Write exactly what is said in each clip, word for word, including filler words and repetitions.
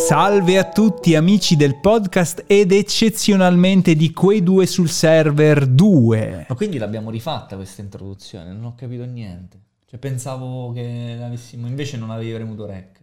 Salve a tutti amici del podcast ed eccezionalmente di quei due sul server due. Ma quindi l'abbiamo rifatta questa introduzione, non ho capito niente. Cioè pensavo che l'avessimo, invece non avevi premuto rec.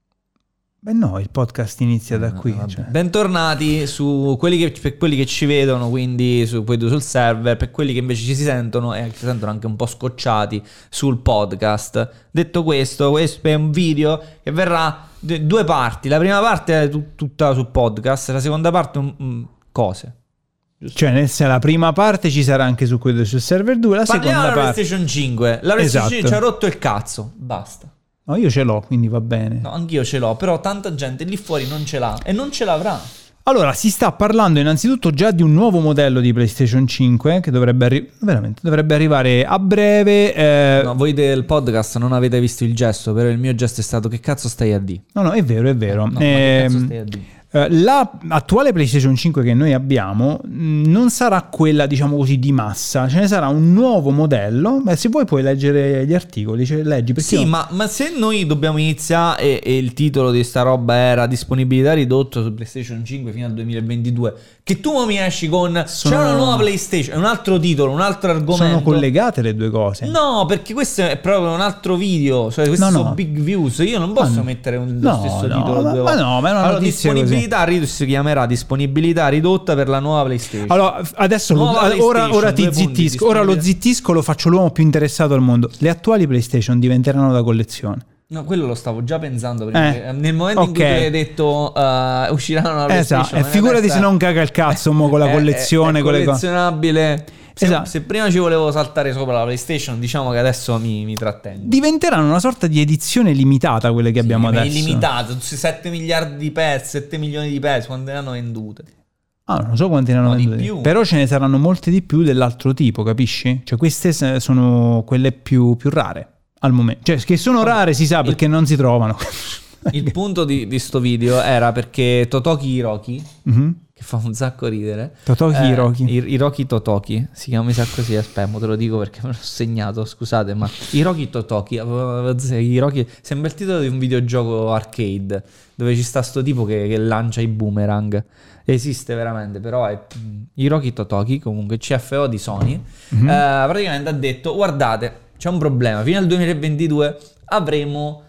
Beh no, il podcast inizia da No, qui. no, Cioè. Bentornati su quelli che, per quelli che ci vedono, quindi su quei due sul server, per quelli che invece ci si sentono e si sentono anche un po' scocciati sul podcast. Detto questo, questo è un video che verrà d- due parti. La prima parte è tut- tutta sul podcast, la seconda parte un, un, cose. Giusto? Cioè nel senso, la prima parte ci sarà anche su quei due sul server due, la Parliamo seconda della parte... PlayStation cinque. La PlayStation Esatto. cinque ci ha rotto il cazzo, basta. No, io ce l'ho, quindi va bene. No, anch'io ce l'ho, però tanta gente lì fuori non ce l'ha e non ce l'avrà. Allora, si sta parlando innanzitutto già di un nuovo modello di PlayStation cinque che dovrebbe, arri- veramente, dovrebbe arrivare a breve. Eh... No, voi del podcast non avete visto il gesto, però il mio gesto è stato: che cazzo stai a di? No, no, è vero, è vero. No, ma che cazzo Ehm, stai a di? eh, la attuale PlayStation cinque che noi abbiamo mh, non sarà quella, diciamo così, di massa. Ce ne sarà un nuovo modello. Beh, se vuoi puoi leggere gli articoli, cioè, leggi perché Sì, io- ma, ma se noi dobbiamo iniziare e, e il titolo di sta roba era disponibilità ridotta su PlayStation cinque fino al duemilaventidue, che tu mi esci con Sono- c'è una nuova PlayStation, è un altro titolo, un altro argomento. sono collegate le due cose. No, perché questo è proprio un altro video, cioè questi No, no. sono big views. Io non posso Ma no. mettere un, lo No, stesso no, titolo ma- due ma volte. no, ma è una allora, notizia disponibilità rid- si chiamerà disponibilità ridotta per la nuova PlayStation. Allora, adesso lo- Nuova ora, PlayStation, ora ti due punti, zittisco, ora lo disponibilità. zittisco, lo faccio l'uomo più interessato al mondo. Le attuali PlayStation diventeranno da collezione. No, quello lo stavo già pensando prima. Eh, che- Nel momento in cui ok. tu hai detto uh, usciranno una PlayStation, Esatto, e ma figurati questa se non caga il cazzo mo con la è- collezione, è, è con le cose. collezionabile. Se, Esatto. se prima ci volevo saltare sopra la PlayStation, diciamo che adesso mi, mi trattengo. Diventeranno una sorta di edizione limitata quelle che abbiamo Sì, adesso. illimitato, sette miliardi di pezzi, sette milioni di pezzi, quante ne hanno vendute? Ah, non so quanti ne hanno No, di vendute. più. Però ce ne saranno molte di più dell'altro tipo, capisci? Cioè queste se- sono quelle più, più rare al momento. Cioè che sono rare si sa perché non si trovano. Il punto di, di sto video era perché Totoki Hiroki, Mhm. che fa un sacco ridere. Totoki eh, Hiroki. Hi- Hiroki Totoki, si chiama mi sa così, aspetta, mo te lo dico perché me l'ho segnato, scusate, ma Hiroki Totoki, eh, Hiroki, sembra il titolo di un videogioco arcade, dove ci sta sto tipo che, che lancia i boomerang. Esiste veramente, però è mm, Hiroki Totoki, comunque C F O di Sony, Mhm. eh, praticamente ha detto: guardate, c'è un problema, fino al duemilaventidue avremo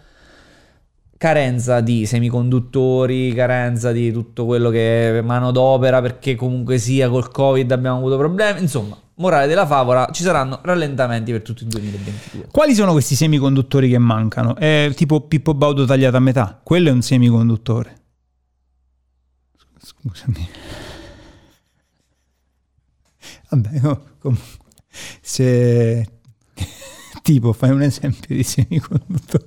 carenza di semiconduttori, carenza di tutto quello che è manodopera, perché comunque sia col Covid abbiamo avuto problemi. Insomma, morale della favola, ci saranno rallentamenti per tutto il duemilaventidue. Quali sono questi semiconduttori che mancano? È tipo Pippo Baudo tagliato a metà. Quello è un semiconduttore. Scusami. Vabbè, no, comunque, se tipo fai un esempio di semiconduttore.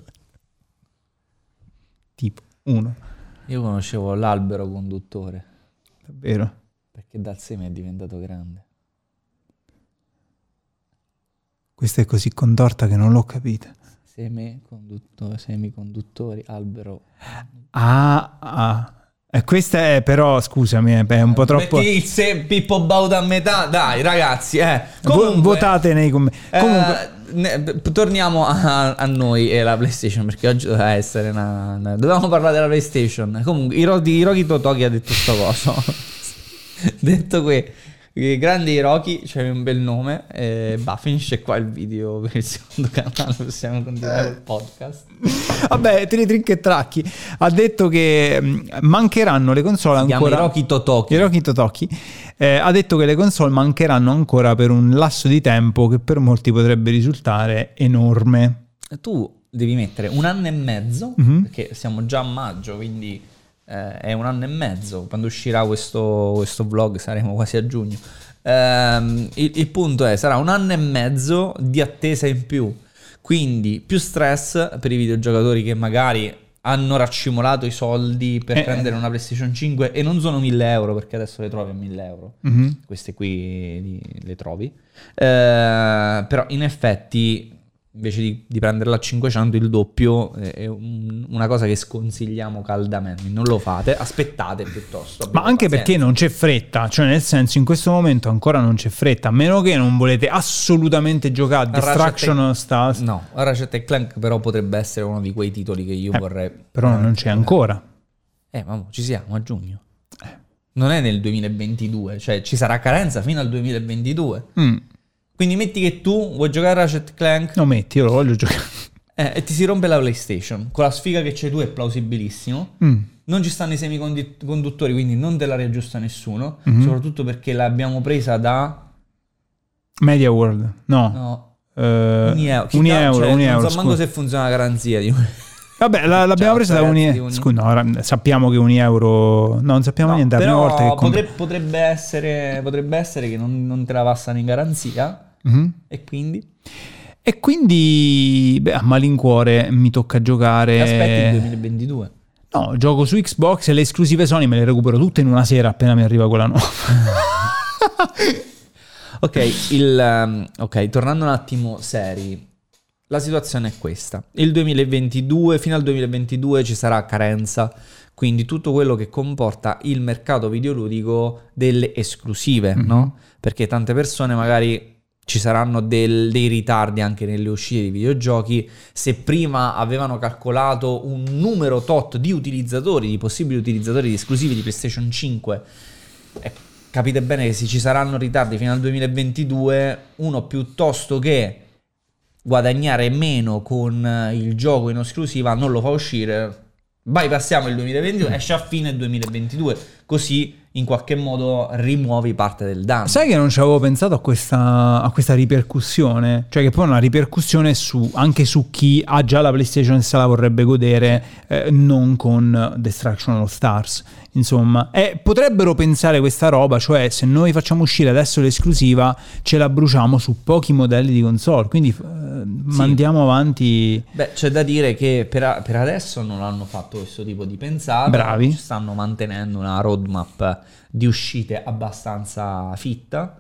Tipo, uno, Io conoscevo l'albero conduttore, davvero. perché dal seme è diventato grande. Questa è così contorta che non l'ho capita. Seme condutto- semiconduttori, albero. Ah, ah. E questa è però, scusami, è un po' troppo... Metti il se- Pippo Baudo a metà, dai ragazzi, eh. Vo- Comunque, votate nei commenti. eh, Comunque, ne- torniamo a, a noi e la PlayStation, perché oggi doveva essere una, una- dovevamo parlare della PlayStation. Comunque Hiroki, Hiroki Totoki ha detto sto coso. Detto que che grande Hiroki, c'è un bel nome, e bah, finisce qua il video per il secondo canale, possiamo continuare il podcast. vabbè, tri trinche e tracchi. Ha detto che mh, mancheranno le console Si chiama ancora... Hiroki Totoki. Hiroki Totoki eh, ha detto che le console mancheranno ancora per un lasso di tempo che per molti potrebbe risultare enorme. Tu devi mettere un anno e mezzo, Mhm. perché siamo già a maggio, quindi eh, è un anno e mezzo. Quando uscirà questo, questo vlog saremo quasi a giugno. Ehm, il, il punto è, sarà un anno e mezzo di attesa in più, quindi più stress per i videogiocatori che magari hanno raccimolato i soldi per Eh, prendere una PlayStation cinque e non sono mille euro, perché adesso le trovi a mille euro. Mhm. Queste qui li- le trovi. Eh, però in effetti invece di, di prenderla a cinquecento il doppio è, è un- una cosa che sconsigliamo caldamente. Non lo fate, aspettate piuttosto. Ma abbiate anche pazienza. perché non c'è fretta, cioè nel senso in questo momento ancora non c'è fretta, a meno che non volete assolutamente giocare a Destruction Ratchet- Stars. No, Ratchet and Clank però potrebbe essere uno di quei titoli che io Eh, vorrei. Però non c'è ancora. Eh, ma ci siamo a giugno. Eh. Non è nel duemilaventidue, cioè ci sarà carenza fino al duemilaventidue. Mm. Quindi metti che tu vuoi giocare a Ratchet Clank. No, metti, io lo voglio giocare. Eh, e ti si rompe la PlayStation. Con la sfiga che c'hai tu è plausibilissimo. Mm. Non ci stanno i semiconduttori, quindi non te la riaggiusta nessuno. Mm-hmm. Soprattutto perché l'abbiamo presa da Media World. No. No. Uh, un euro. Un euro, cioè, un euro. Non so manco se funziona la garanzia di Vabbè, la, l'abbiamo cioè, presa da Uni... Uni... Scusa, no, sappiamo che un euro... No, non sappiamo no, niente, è la prima volta che compri... potrebbe, potrebbe, essere, potrebbe essere che non, non te la passano in garanzia. Mm-hmm. E quindi? E quindi, beh, a malincuore mi tocca giocare... E aspetti il duemilaventidue. No, gioco su Xbox e le esclusive Sony me le recupero tutte in una sera appena mi arriva quella nuova. Ok, il, um, ok, tornando un attimo seri, la situazione è questa. Il duemilaventidue, fino al duemilaventidue ci sarà carenza, quindi tutto quello che comporta il mercato videoludico delle esclusive, mm-hmm. no? Perché tante persone magari ci saranno del, dei ritardi anche nelle uscite di videogiochi. Se prima avevano calcolato un numero tot di utilizzatori, di possibili utilizzatori di esclusivi di PlayStation cinque, ecco, capite bene che se ci saranno ritardi fino al duemilaventidue, uno piuttosto che guadagnare meno con il gioco in esclusiva non lo fa uscire, bypassiamo il duemilaventidue, esce a fine duemilaventidue, così in qualche modo rimuovi parte del danno. Sai che non ci avevo pensato a questa, a questa ripercussione, cioè che poi è una ripercussione su, anche su chi ha già la PlayStation e se la vorrebbe godere, eh, non con Destruction All Stars, insomma. E potrebbero pensare questa roba, cioè se noi facciamo uscire adesso l'esclusiva ce la bruciamo su pochi modelli di console, quindi eh, sì. mandiamo avanti. Beh, c'è da dire che per, per adesso non hanno fatto questo tipo di pensata. Bravi. Ci stanno mantenendo una roadmap di uscite abbastanza fitta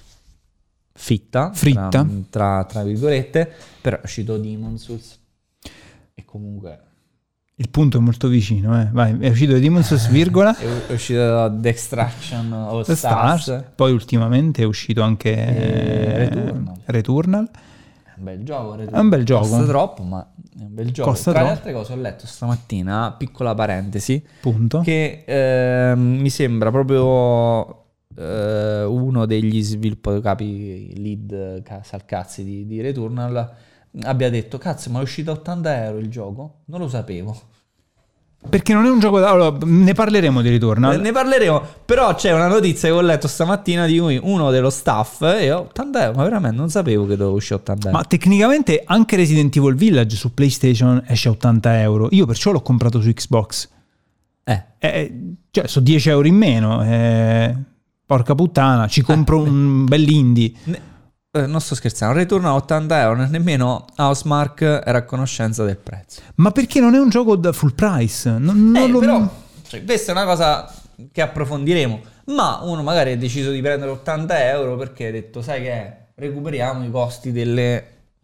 fitta fritta tra, tra, tra virgolette, però è uscito Demon's Souls e comunque il punto è molto vicino, eh. Vai, è uscito Demon's Souls, virgola è uscito The Extraction All Stars. Stars poi ultimamente è uscito anche eh, Returnal. Returnal un bel gioco, è un bel gioco, costa troppo ma è un bel gioco. Costa tra troppo. le altre cose ho letto stamattina, piccola parentesi, punto, che eh, mi sembra proprio eh, uno degli sviluppatori lead salcazzi di, di Returnal abbia detto cazzo ma è uscito a ottanta euro il gioco, non lo sapevo. Perché non è un gioco da... Allora, ne parleremo di Returnal. Ne parleremo, però c'è una notizia che ho letto stamattina di uno dello staff e io, ottanta euro, ma veramente non sapevo che dovevo uscire ottanta euro. Ma tecnicamente anche Resident Evil Village su PlayStation esce a ottanta euro. Io perciò l'ho comprato su Xbox. Eh. eh cioè, sono dieci euro in meno. Eh, porca puttana, ci compro eh, un bell'indie. Ne... Non sto scherzando, Return a ottanta euro, nemmeno Housemark era a conoscenza del prezzo. Ma perché non è un gioco da full price? Non, non eh, lo... però, cioè, questa è una cosa che approfondiremo. Ma uno magari ha deciso di prendere ottanta euro perché ha detto, sai che è? Recuperiamo i costi delle...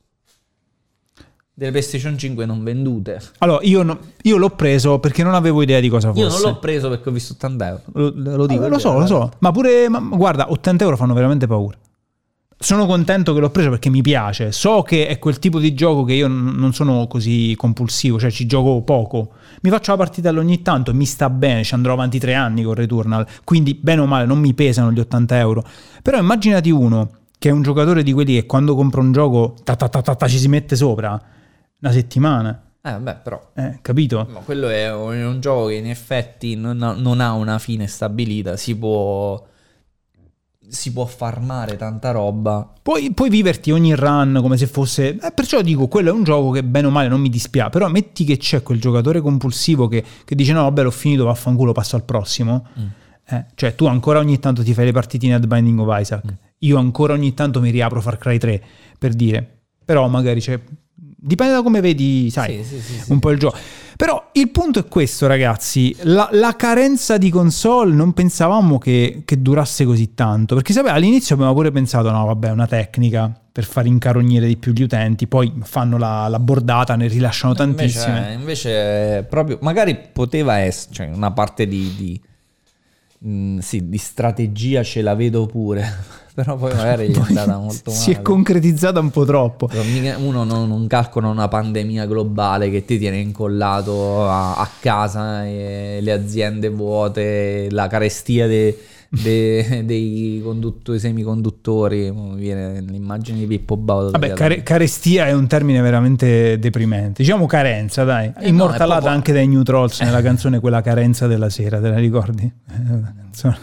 delle PlayStation cinque non vendute. Allora, io, no, io l'ho preso perché non avevo idea di cosa fosse. Io non l'ho preso perché ho visto ottanta euro. Lo, lo dico. Eh, lo so, lo so. Ma pure, ma, guarda, ottanta euro fanno veramente paura. Sono contento che l'ho preso perché mi piace. So che è quel tipo di gioco che io n- non sono così compulsivo, cioè ci gioco poco. Mi faccio la partita ogni tanto, mi sta bene, ci andrò avanti tre anni con Returnal, quindi bene o male non mi pesano gli ottanta euro. Però immaginati uno che è un giocatore di quelli che quando compra un gioco ta ta ta ta, ta ci si mette sopra una settimana. Eh beh, però eh, capito? Ma quello è un, un gioco che in effetti non ha, non ha una fine stabilita, si può si può farmare tanta roba. Puoi, puoi viverti ogni run come se fosse... Eh, perciò dico, quello è un gioco che bene o male non mi dispiace, però metti che c'è quel giocatore compulsivo che, che dice no vabbè l'ho finito, vaffanculo, passo al prossimo. Mm. Eh, cioè tu ancora ogni tanto ti fai le partitine ad Binding of Isaac, mm. io ancora ogni tanto mi riapro Far Cry tre, per dire. Però magari c'è... Dipende da come vedi, sai, sì, sì, sì, sì. un po' il gioco. Però il punto è questo, ragazzi, la, la carenza di console non pensavamo che, che durasse così tanto, perché sapete, all'inizio abbiamo pure pensato, no vabbè, è una tecnica per far incarognire di più gli utenti, poi fanno la, la bordata, ne rilasciano tantissime. Invece, invece proprio, magari poteva essere, cioè una parte di, di, mh, sì, di strategia ce la vedo pure, però poi magari gli è andata molto male. Si è concretizzata un po' troppo. Però uno non, non calcola una pandemia globale che ti tiene incollato a, a casa, e le aziende vuote, la carestia de, de, dei conduttori, semiconduttori. Mi viene l'immagine di Pippo Baudo. Vabbè, care- carestia è un termine veramente deprimente. Diciamo carenza, dai. Eh Immortalata no, proprio... anche dai New Trolls nella canzone Quella carenza della sera, te la ricordi? Insomma,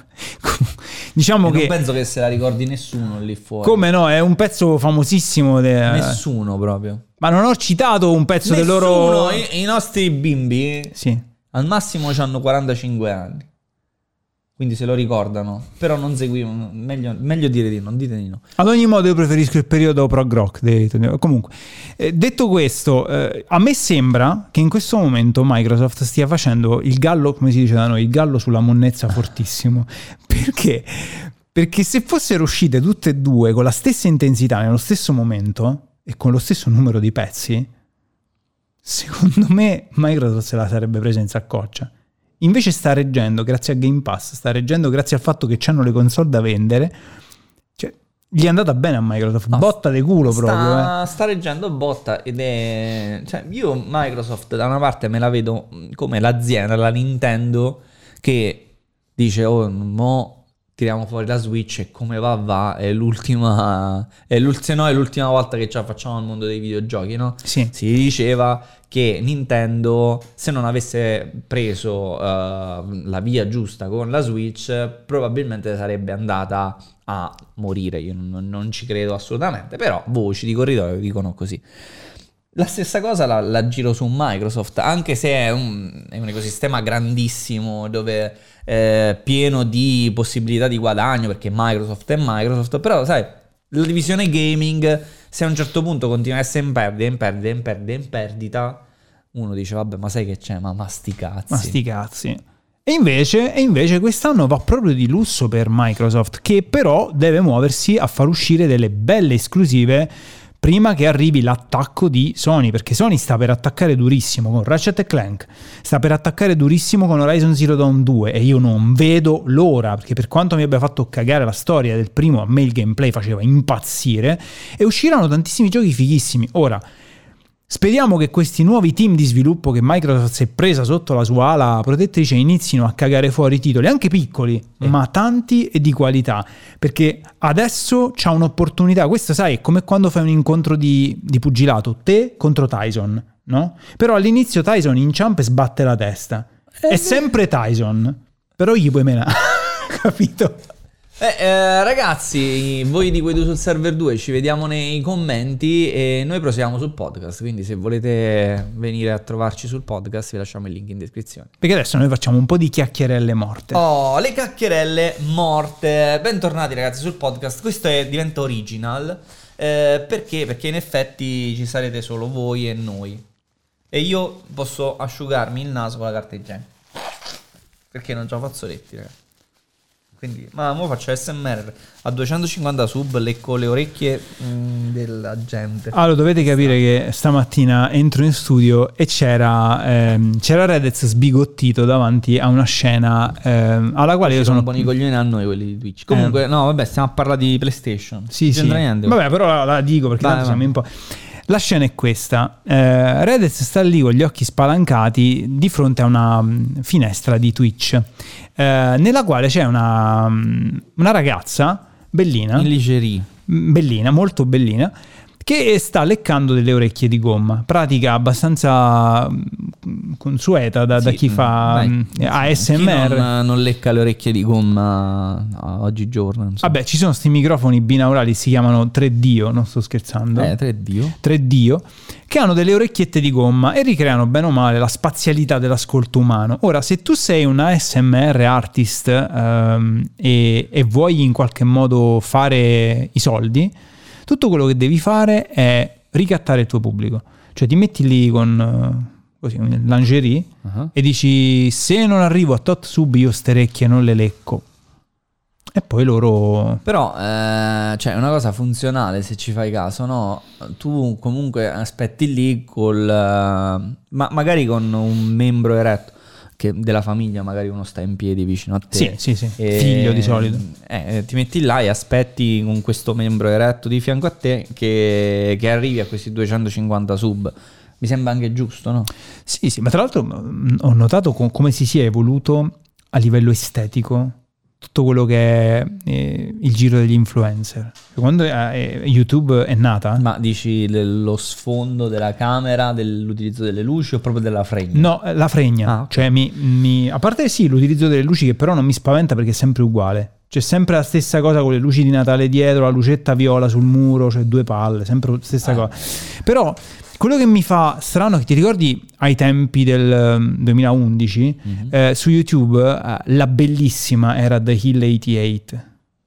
diciamo e che non penso che se la ricordi nessuno lì fuori. Come no, è un pezzo famosissimo de... Nessuno proprio. Ma non ho citato un pezzo nessuno, del loro... i, i nostri bimbi sì. al massimo hanno quarantacinque anni, quindi se lo ricordano, però non seguivano. Meglio, meglio dire di no, dite di no. Ad ogni modo io preferisco il periodo prog rock dei... Comunque, eh, detto questo, eh, a me sembra che in questo momento Microsoft stia facendo il gallo, come si dice da noi, il gallo sulla monnezza fortissimo. Perché? Perché se fossero uscite tutte e due con la stessa intensità nello stesso momento e con lo stesso numero di pezzi, secondo me Microsoft se la sarebbe presa in saccoccia. Invece sta reggendo grazie a Game Pass, sta reggendo grazie al fatto che c'hanno le console da vendere. Cioè, gli è andata bene a Microsoft, no, botta di culo sta, proprio. Eh. Sta reggendo botta ed è... Cioè, io Microsoft da una parte me la vedo come l'azienda, la Nintendo, che dice, oh, mo tiriamo fuori la Switch e come va va, è l'ultima... È l'ult- se no è l'ultima volta che ce la facciamo al mondo dei videogiochi, no? Sì. Si diceva che Nintendo, se non avesse preso uh, la via giusta con la Switch, probabilmente sarebbe andata a morire. Io non, non ci credo assolutamente, però voci di corridoio dicono così. La stessa cosa la, la giro su Microsoft, anche se è un, è un ecosistema grandissimo dove è pieno di possibilità di guadagno, perché Microsoft è Microsoft, però sai, la divisione gaming, se a un certo punto continua a essere in perdita, in perdita, in perdita, in perdita, uno dice vabbè, ma sai che c'è, ma, ma sti cazzi. Ma sti cazzi. E invece, e invece quest'anno va proprio di lusso per Microsoft, che però deve muoversi a far uscire delle belle esclusive prima che arrivi l'attacco di Sony, perché Sony sta per attaccare durissimo con Ratchet and Clank, sta per attaccare durissimo con Horizon Zero Dawn due, e io non vedo l'ora, perché per quanto mi abbia fatto cagare la storia del primo, a me il gameplay faceva impazzire, e usciranno tantissimi giochi fighissimi. Ora, speriamo che questi nuovi team di sviluppo che Microsoft si è presa sotto la sua ala protettrice inizino a cagare fuori titoli, anche piccoli, eh. ma tanti e di qualità, perché adesso c'ha un'opportunità. Questo, sai, è come quando fai un incontro di, di pugilato, te contro Tyson, no? Però all'inizio Tyson inciampa e sbatte la testa. È sempre Tyson, però gli puoi menare, capito? Eh, eh, ragazzi, voi di Quei Due sul server due ci vediamo nei commenti e noi proseguiamo sul podcast, quindi se volete venire a trovarci sul podcast vi lasciamo il link in descrizione. Perché adesso noi facciamo un po' di chiacchierelle morte. Oh, le chiacchierelle morte. Bentornati ragazzi sul podcast. Questo è, diventa original eh, perché? Perché in effetti ci sarete solo voi e noi, e io posso asciugarmi il naso con la carta igienica perché non c'ho fazzoletti, ragazzi. Quindi, ma ora faccio S M R a duecentocinquanta sub, lecco le orecchie mh, della gente. Allora, dovete capire che stamattina entro in studio e c'era ehm, c'era Redez sbigottito davanti a una scena ehm, alla quale ci io sono buoni coglioni a noi quelli di Twitch. Comunque, eh. no, vabbè, stiamo a parlare di PlayStation. Sì, sì. Niente, vabbè, però la, la dico perché vai, tanto vai. siamo un po'. La scena è questa, eh, Redez sta lì con gli occhi spalancati di fronte a una um, finestra di Twitch, eh, nella quale c'è una, um, una ragazza bellina, in lingerie, bellina, molto bellina, che sta leccando delle orecchie di gomma, pratica abbastanza consueta da, sì, da chi fa dai, A S M R. Chi non, non lecca le orecchie di gomma oggigiorno. Vabbè, ci sono sti microfoni binaurali, si chiamano tre Dio, non sto scherzando. Eh, tre Dio. tre Dio, che hanno delle orecchiette di gomma e ricreano bene o male la spazialità dell'ascolto umano. Ora, se tu sei un A S M R artist ehm, e, e vuoi in qualche modo fare i soldi, tutto quello che devi fare è ricattare il tuo pubblico. Cioè ti metti lì con così, un lingerie uh-huh. e dici se non arrivo a tot sub io ste orecchie non le lecco. E poi loro... Però eh, cioè è una cosa funzionale se ci fai caso, no? Tu comunque aspetti lì col... ma magari con un membro eretto. che della famiglia magari uno sta in piedi vicino a te. Sì, sì, sì. E, Figlio di solito. Eh, ti metti là e aspetti con questo membro eretto di fianco a te che, che arrivi a questi duecentocinquanta sub. Mi sembra anche giusto, no? Sì, sì, ma tra l'altro mh, ho notato com- come si sia evoluto a livello estetico tutto quello che è eh, il giro degli influencer. Quando eh, YouTube è nata... Ma dici lo sfondo della camera, dell'utilizzo delle luci o proprio della fregna? No, la fregna. Ah, okay. Cioè, mi, mi, a parte sì, l'utilizzo delle luci che però non mi spaventa perché è sempre uguale. C'è sempre la stessa cosa con le luci di Natale dietro, la lucetta viola sul muro, cioè due palle, sempre la stessa eh. cosa. Però quello che mi fa strano è che ti ricordi ai tempi del um, duemilaundici mm-hmm. eh, su YouTube eh, la bellissima era The Hill ottantotto.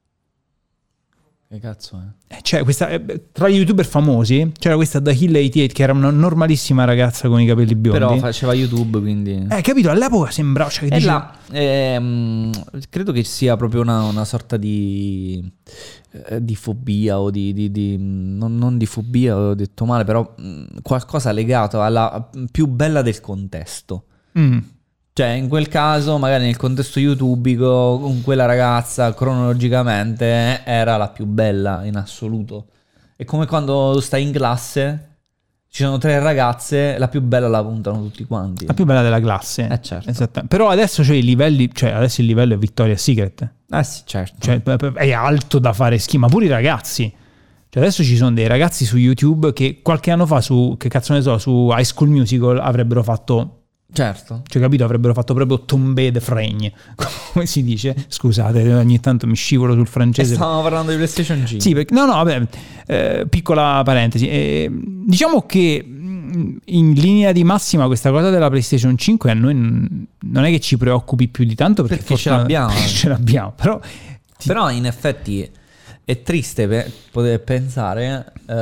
Che cazzo è? Cioè, questa, eh, tra gli youtuber famosi c'era questa The Hill ottantotto che era una normalissima ragazza con i capelli biondi. Però faceva YouTube, quindi... Eh, capito? All'epoca sembrava... Cioè, che e diceva... là, ehm, credo che sia proprio una, una sorta di... di fobia o di, di, di non, non di fobia, ho detto male, però qualcosa legato alla più bella del contesto. Mm. Cioè, in quel caso, magari nel contesto youtubico, con quella ragazza cronologicamente era la più bella in assoluto. È come quando stai in classe, ci sono tre ragazze, la più bella la puntano tutti quanti. La più bella della classe. Eh certo. Esattamente. Però adesso c'è i livelli, cioè adesso il livello è Victoria's Secret. Eh sì, certo. Cioè è alto da fare schifo, ma pure i ragazzi. Cioè adesso ci sono dei ragazzi su YouTube che qualche anno fa su, che cazzo ne so, su High School Musical avrebbero fatto... Certo. Cioè, capito? Avrebbero fatto proprio tombé de fregne, come si dice? Scusate, ogni tanto mi scivolo sul francese. E stavamo parlando di PlayStation cinque. Sì, perché, no, no, vabbè, eh, piccola parentesi. Eh, diciamo che in linea di massima questa cosa della PlayStation cinque a noi non è che ci preoccupi più di tanto perché, perché ce l'abbiamo. ce l'abbiamo, però... Ti... Però in effetti... È triste per poter pensare, eh,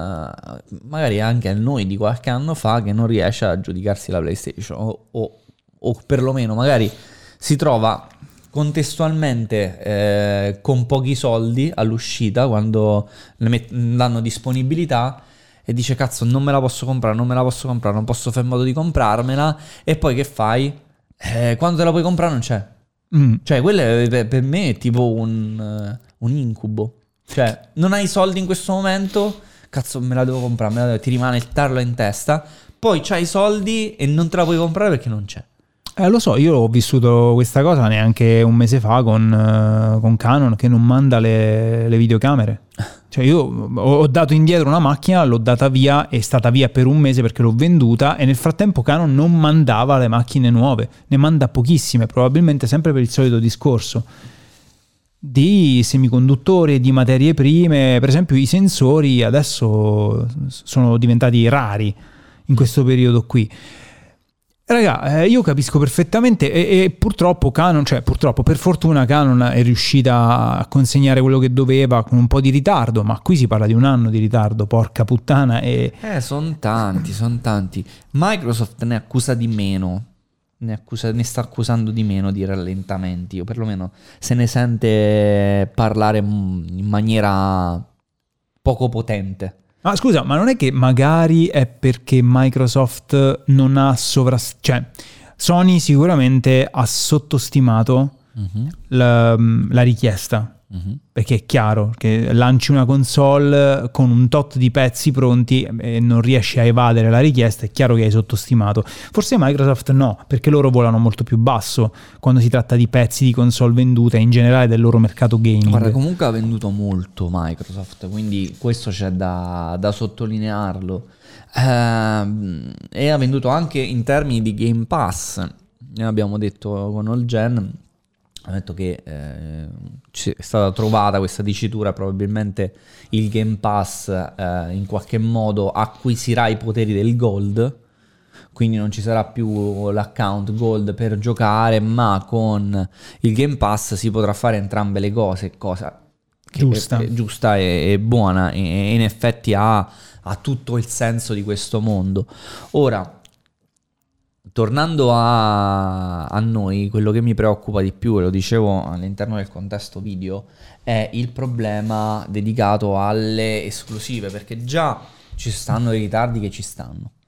magari anche a noi di qualche anno fa, che non riesce a giudicarsi la PlayStation o, o, o perlomeno magari si trova contestualmente eh, con pochi soldi all'uscita quando ne met- danno disponibilità e dice cazzo non me la posso comprare, non me la posso comprare, non posso fare in modo di comprarmela e poi che fai? Eh, quando te la puoi comprare non c'è. Mm. Cioè quello è, per me è tipo un... un incubo, cioè non hai soldi in questo momento, cazzo me la devo comprare, me la devo... ti rimane il tarlo in testa, poi c'hai i soldi e non te la puoi comprare perché non c'è. Eh, lo so, io ho vissuto questa cosa neanche un mese fa con, uh, con Canon che non manda le, le videocamere. Cioè io ho dato indietro una macchina, l'ho data via, è stata via per un mese perché l'ho venduta e nel frattempo Canon non mandava le macchine nuove, ne manda pochissime, probabilmente sempre per il solito discorso di semiconduttori e di materie prime. Per esempio i sensori adesso sono diventati rari in questo periodo qui. Raga, eh, io capisco perfettamente e, e purtroppo Canon, cioè purtroppo per fortuna Canon è riuscita a consegnare quello che doveva con un po' di ritardo, ma qui si parla di un anno di ritardo, porca puttana. E... Eh, sono tanti, sono tanti. Microsoft ne accusa di meno, ne, accusa, ne sta accusando di meno di rallentamenti, o perlomeno se ne sente parlare in maniera poco potente. Ma scusa, ma non è che magari è perché Microsoft non ha sovras... cioè Sony sicuramente ha sottostimato uh-huh. la, la richiesta, uh-huh. perché è chiaro che lanci una console con un tot di pezzi pronti e non riesci a evadere la richiesta, è chiaro che hai sottostimato. Forse Microsoft no, perché loro volano molto più basso quando si tratta di pezzi di console vendute e in generale del loro mercato gaming. Guarda, comunque ha venduto molto Microsoft, quindi questo c'è da, da sottolinearlo. Eh, e ha venduto anche in termini di Game Pass. Ne abbiamo detto con Olgen, ha detto che eh, è stata trovata questa dicitura, probabilmente il Game Pass eh, in qualche modo acquisirà i poteri del Gold, quindi non ci sarà più l'account Gold per giocare, ma con il Game Pass si potrà fare entrambe le cose, cosa giusta, è, è giusta e, e buona, e, e in effetti ha, ha tutto il senso di questo mondo. Ora, tornando a, a noi, quello che mi preoccupa di più, e lo dicevo all'interno del contesto video, è il problema dedicato alle esclusive, perché già ci stanno i ritardi che ci stanno.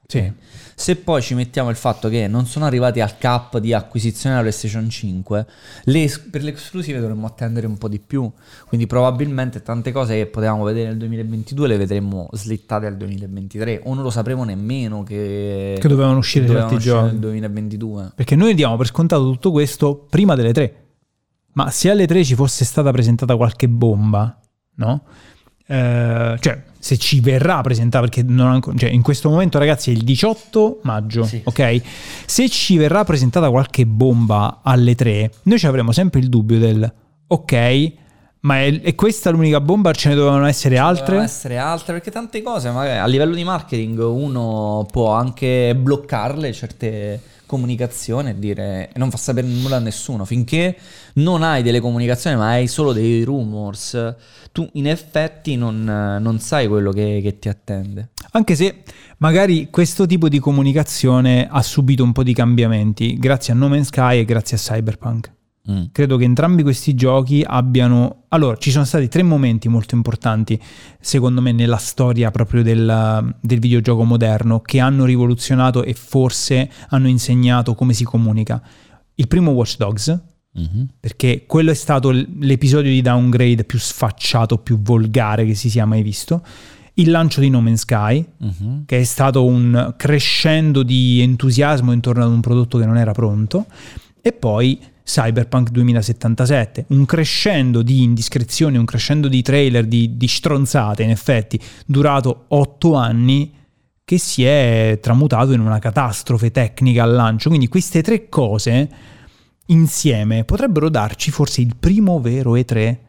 Sì. Se poi ci mettiamo il fatto che non sono arrivati al cap di acquisizione della PlayStation cinque, le, per le esclusive dovremmo attendere un po' di più, quindi probabilmente tante cose che potevamo vedere nel duemilaventidue le vedremo slittate al duemilaventitré, o non lo sapremo nemmeno che, che dovevano uscire, che dovevano uscire giochi nel duemilaventidue. Perché noi diamo per scontato tutto questo prima delle tre. Ma se alle tre ci fosse stata presentata qualche bomba, no? Eh, cioè, se ci verrà presentata, perché non ancora, cioè, in questo momento, ragazzi, è il diciotto maggio, sì. Ok? Se ci verrà presentata qualche bomba alle tre, noi ci avremo sempre il dubbio del ok, ma è, è questa l'unica bomba? Ce ne dovevano essere ce altre? Dovevano essere altre, perché tante cose, magari a livello di marketing, uno può anche bloccarle certe comunicazioni e dire, non fa sapere nulla a nessuno finché non hai delle comunicazioni, ma hai solo dei rumors. Tu in effetti non, non sai quello che, che ti attende. Anche se magari questo tipo di comunicazione ha subito un po' di cambiamenti grazie a No Man's Sky e grazie a Cyberpunk. Mm. Credo che entrambi questi giochi abbiano... Allora, ci sono stati tre momenti molto importanti, secondo me, nella storia proprio del, del videogioco moderno, che hanno rivoluzionato e forse hanno insegnato come si comunica. Il primo, Watch Dogs, mm-hmm. perché quello è stato l'episodio di downgrade più sfacciato, più volgare che si sia mai visto. Il lancio di No Man's Sky, mm-hmm. che è stato un crescendo di entusiasmo intorno ad un prodotto che non era pronto. E poi Cyberpunk duemilasettantasette, un crescendo di indiscrezioni, un crescendo di trailer, di, di stronzate, in effetti, durato otto anni, che si è tramutato in una catastrofe tecnica al lancio. Quindi queste tre cose insieme potrebbero darci forse il primo vero E tre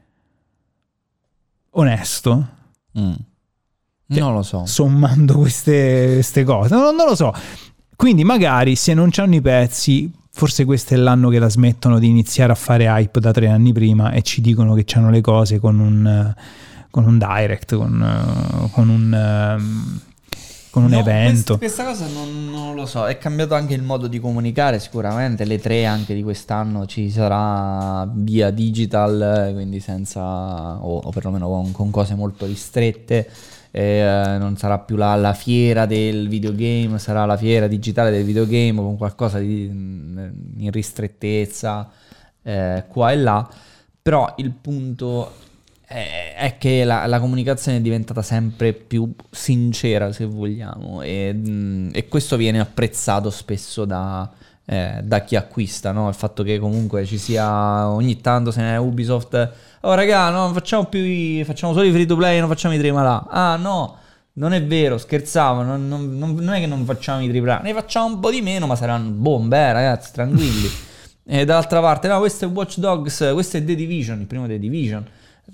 onesto. Mm. Non lo so. Sommando queste, queste cose. Non, non lo so. Quindi magari se non c'hanno i pezzi... Forse questo è l'anno che la smettono di iniziare a fare hype da tre anni prima e ci dicono che c'hanno le cose con un, con un direct, con, con un, con un no, evento. Questa, questa cosa non, non lo so, è cambiato anche il modo di comunicare sicuramente, le tre anche di quest'anno ci sarà via digital, quindi senza, o, o perlomeno con, con cose molto ristrette. Eh, non sarà più la, la fiera del videogame, sarà la fiera digitale del videogame con qualcosa di in ristrettezza eh, qua e là. Però il punto è, è che la, la comunicazione è diventata sempre più sincera, se vogliamo, e, e questo viene apprezzato spesso da, eh, da chi acquista, no? Il fatto che comunque ci sia ogni tanto, se ne è Ubisoft, oh raga, no, facciamo più i, facciamo solo i free to play, non facciamo i tripla A. Ah no, non è vero, scherzavo, non, non, non è che non facciamo i tripla A, ne facciamo un po' di meno, ma saranno bombe, eh, ragazzi, tranquilli. E dall'altra parte, no, questo è Watch Dogs, questo è The Division, il primo The Division.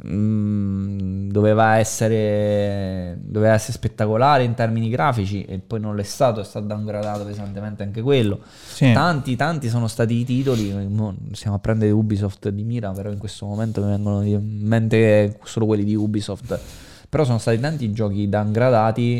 Mm, doveva essere doveva essere spettacolare in termini grafici e poi non l'è stato, è stato downgradato pesantemente anche quello. Sì. Tanti, tanti sono stati i titoli, stiamo a prendere Ubisoft di mira, però in questo momento mi vengono in mente solo quelli di Ubisoft. Però sono stati tanti giochi downgradati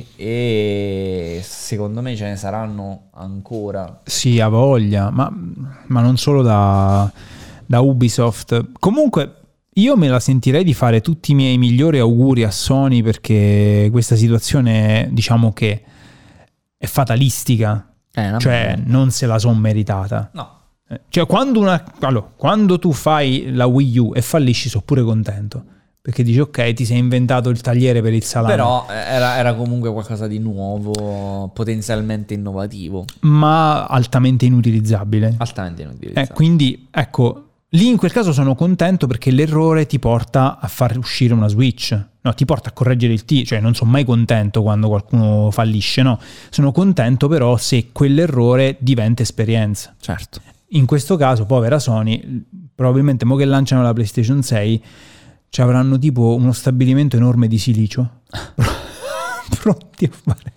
e secondo me ce ne saranno ancora. Sì, ha voglia, ma, ma non solo da, da Ubisoft. Comunque io me la sentirei di fare tutti i miei migliori auguri a Sony, perché questa situazione, diciamo che è fatalistica, eh, cioè bella. Non se la son meritata. No. Cioè quando, una, allora, quando tu fai la Wii U e fallisci, sono pure contento, perché dici ok, ti sei inventato il tagliere per il salame. Però era, era comunque qualcosa di nuovo, potenzialmente innovativo, ma altamente inutilizzabile. Altamente inutilizzabile. Eh, quindi ecco, lì in quel caso sono contento, perché l'errore ti porta a far uscire una Switch, no, ti porta a correggere il T, cioè non sono mai contento quando qualcuno fallisce, no, sono contento però se quell'errore diventa esperienza. Certo. In questo caso, povera Sony, probabilmente mo che lanciano la PlayStation sei ci avranno tipo uno stabilimento enorme di silicio pronti a fare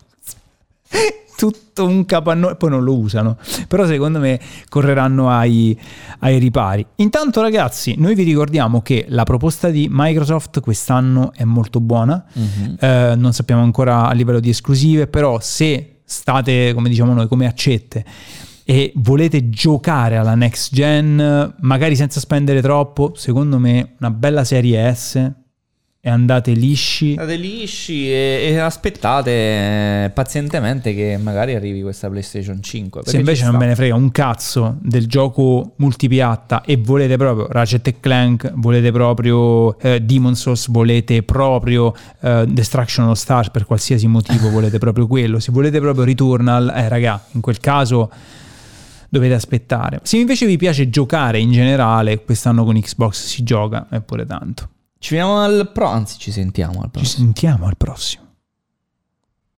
tutto un capannone, poi non lo usano, però secondo me correranno ai, ai ripari. Intanto ragazzi, noi vi ricordiamo che la proposta di Microsoft quest'anno è molto buona, mm-hmm. eh, non sappiamo ancora a livello di esclusive, però se state, come diciamo noi, come accette e volete giocare alla next gen, magari senza spendere troppo, secondo me una bella serie S e andate lisci. Andate lisci e, e aspettate eh, pazientemente che magari arrivi questa PlayStation cinque. Se invece non me ne frega un cazzo del gioco multipiatta e volete proprio Ratchet and Clank, volete proprio eh, Demon's Souls, volete proprio eh, Destruction All Stars, per qualsiasi motivo volete proprio quello, se volete proprio Returnal, eh raga, in quel caso dovete aspettare. Se invece vi piace giocare in generale, quest'anno con Xbox si gioca, è pure tanto. Ci vediamo al pro, anzi ci sentiamo al prossimo. Ci sentiamo al prossimo.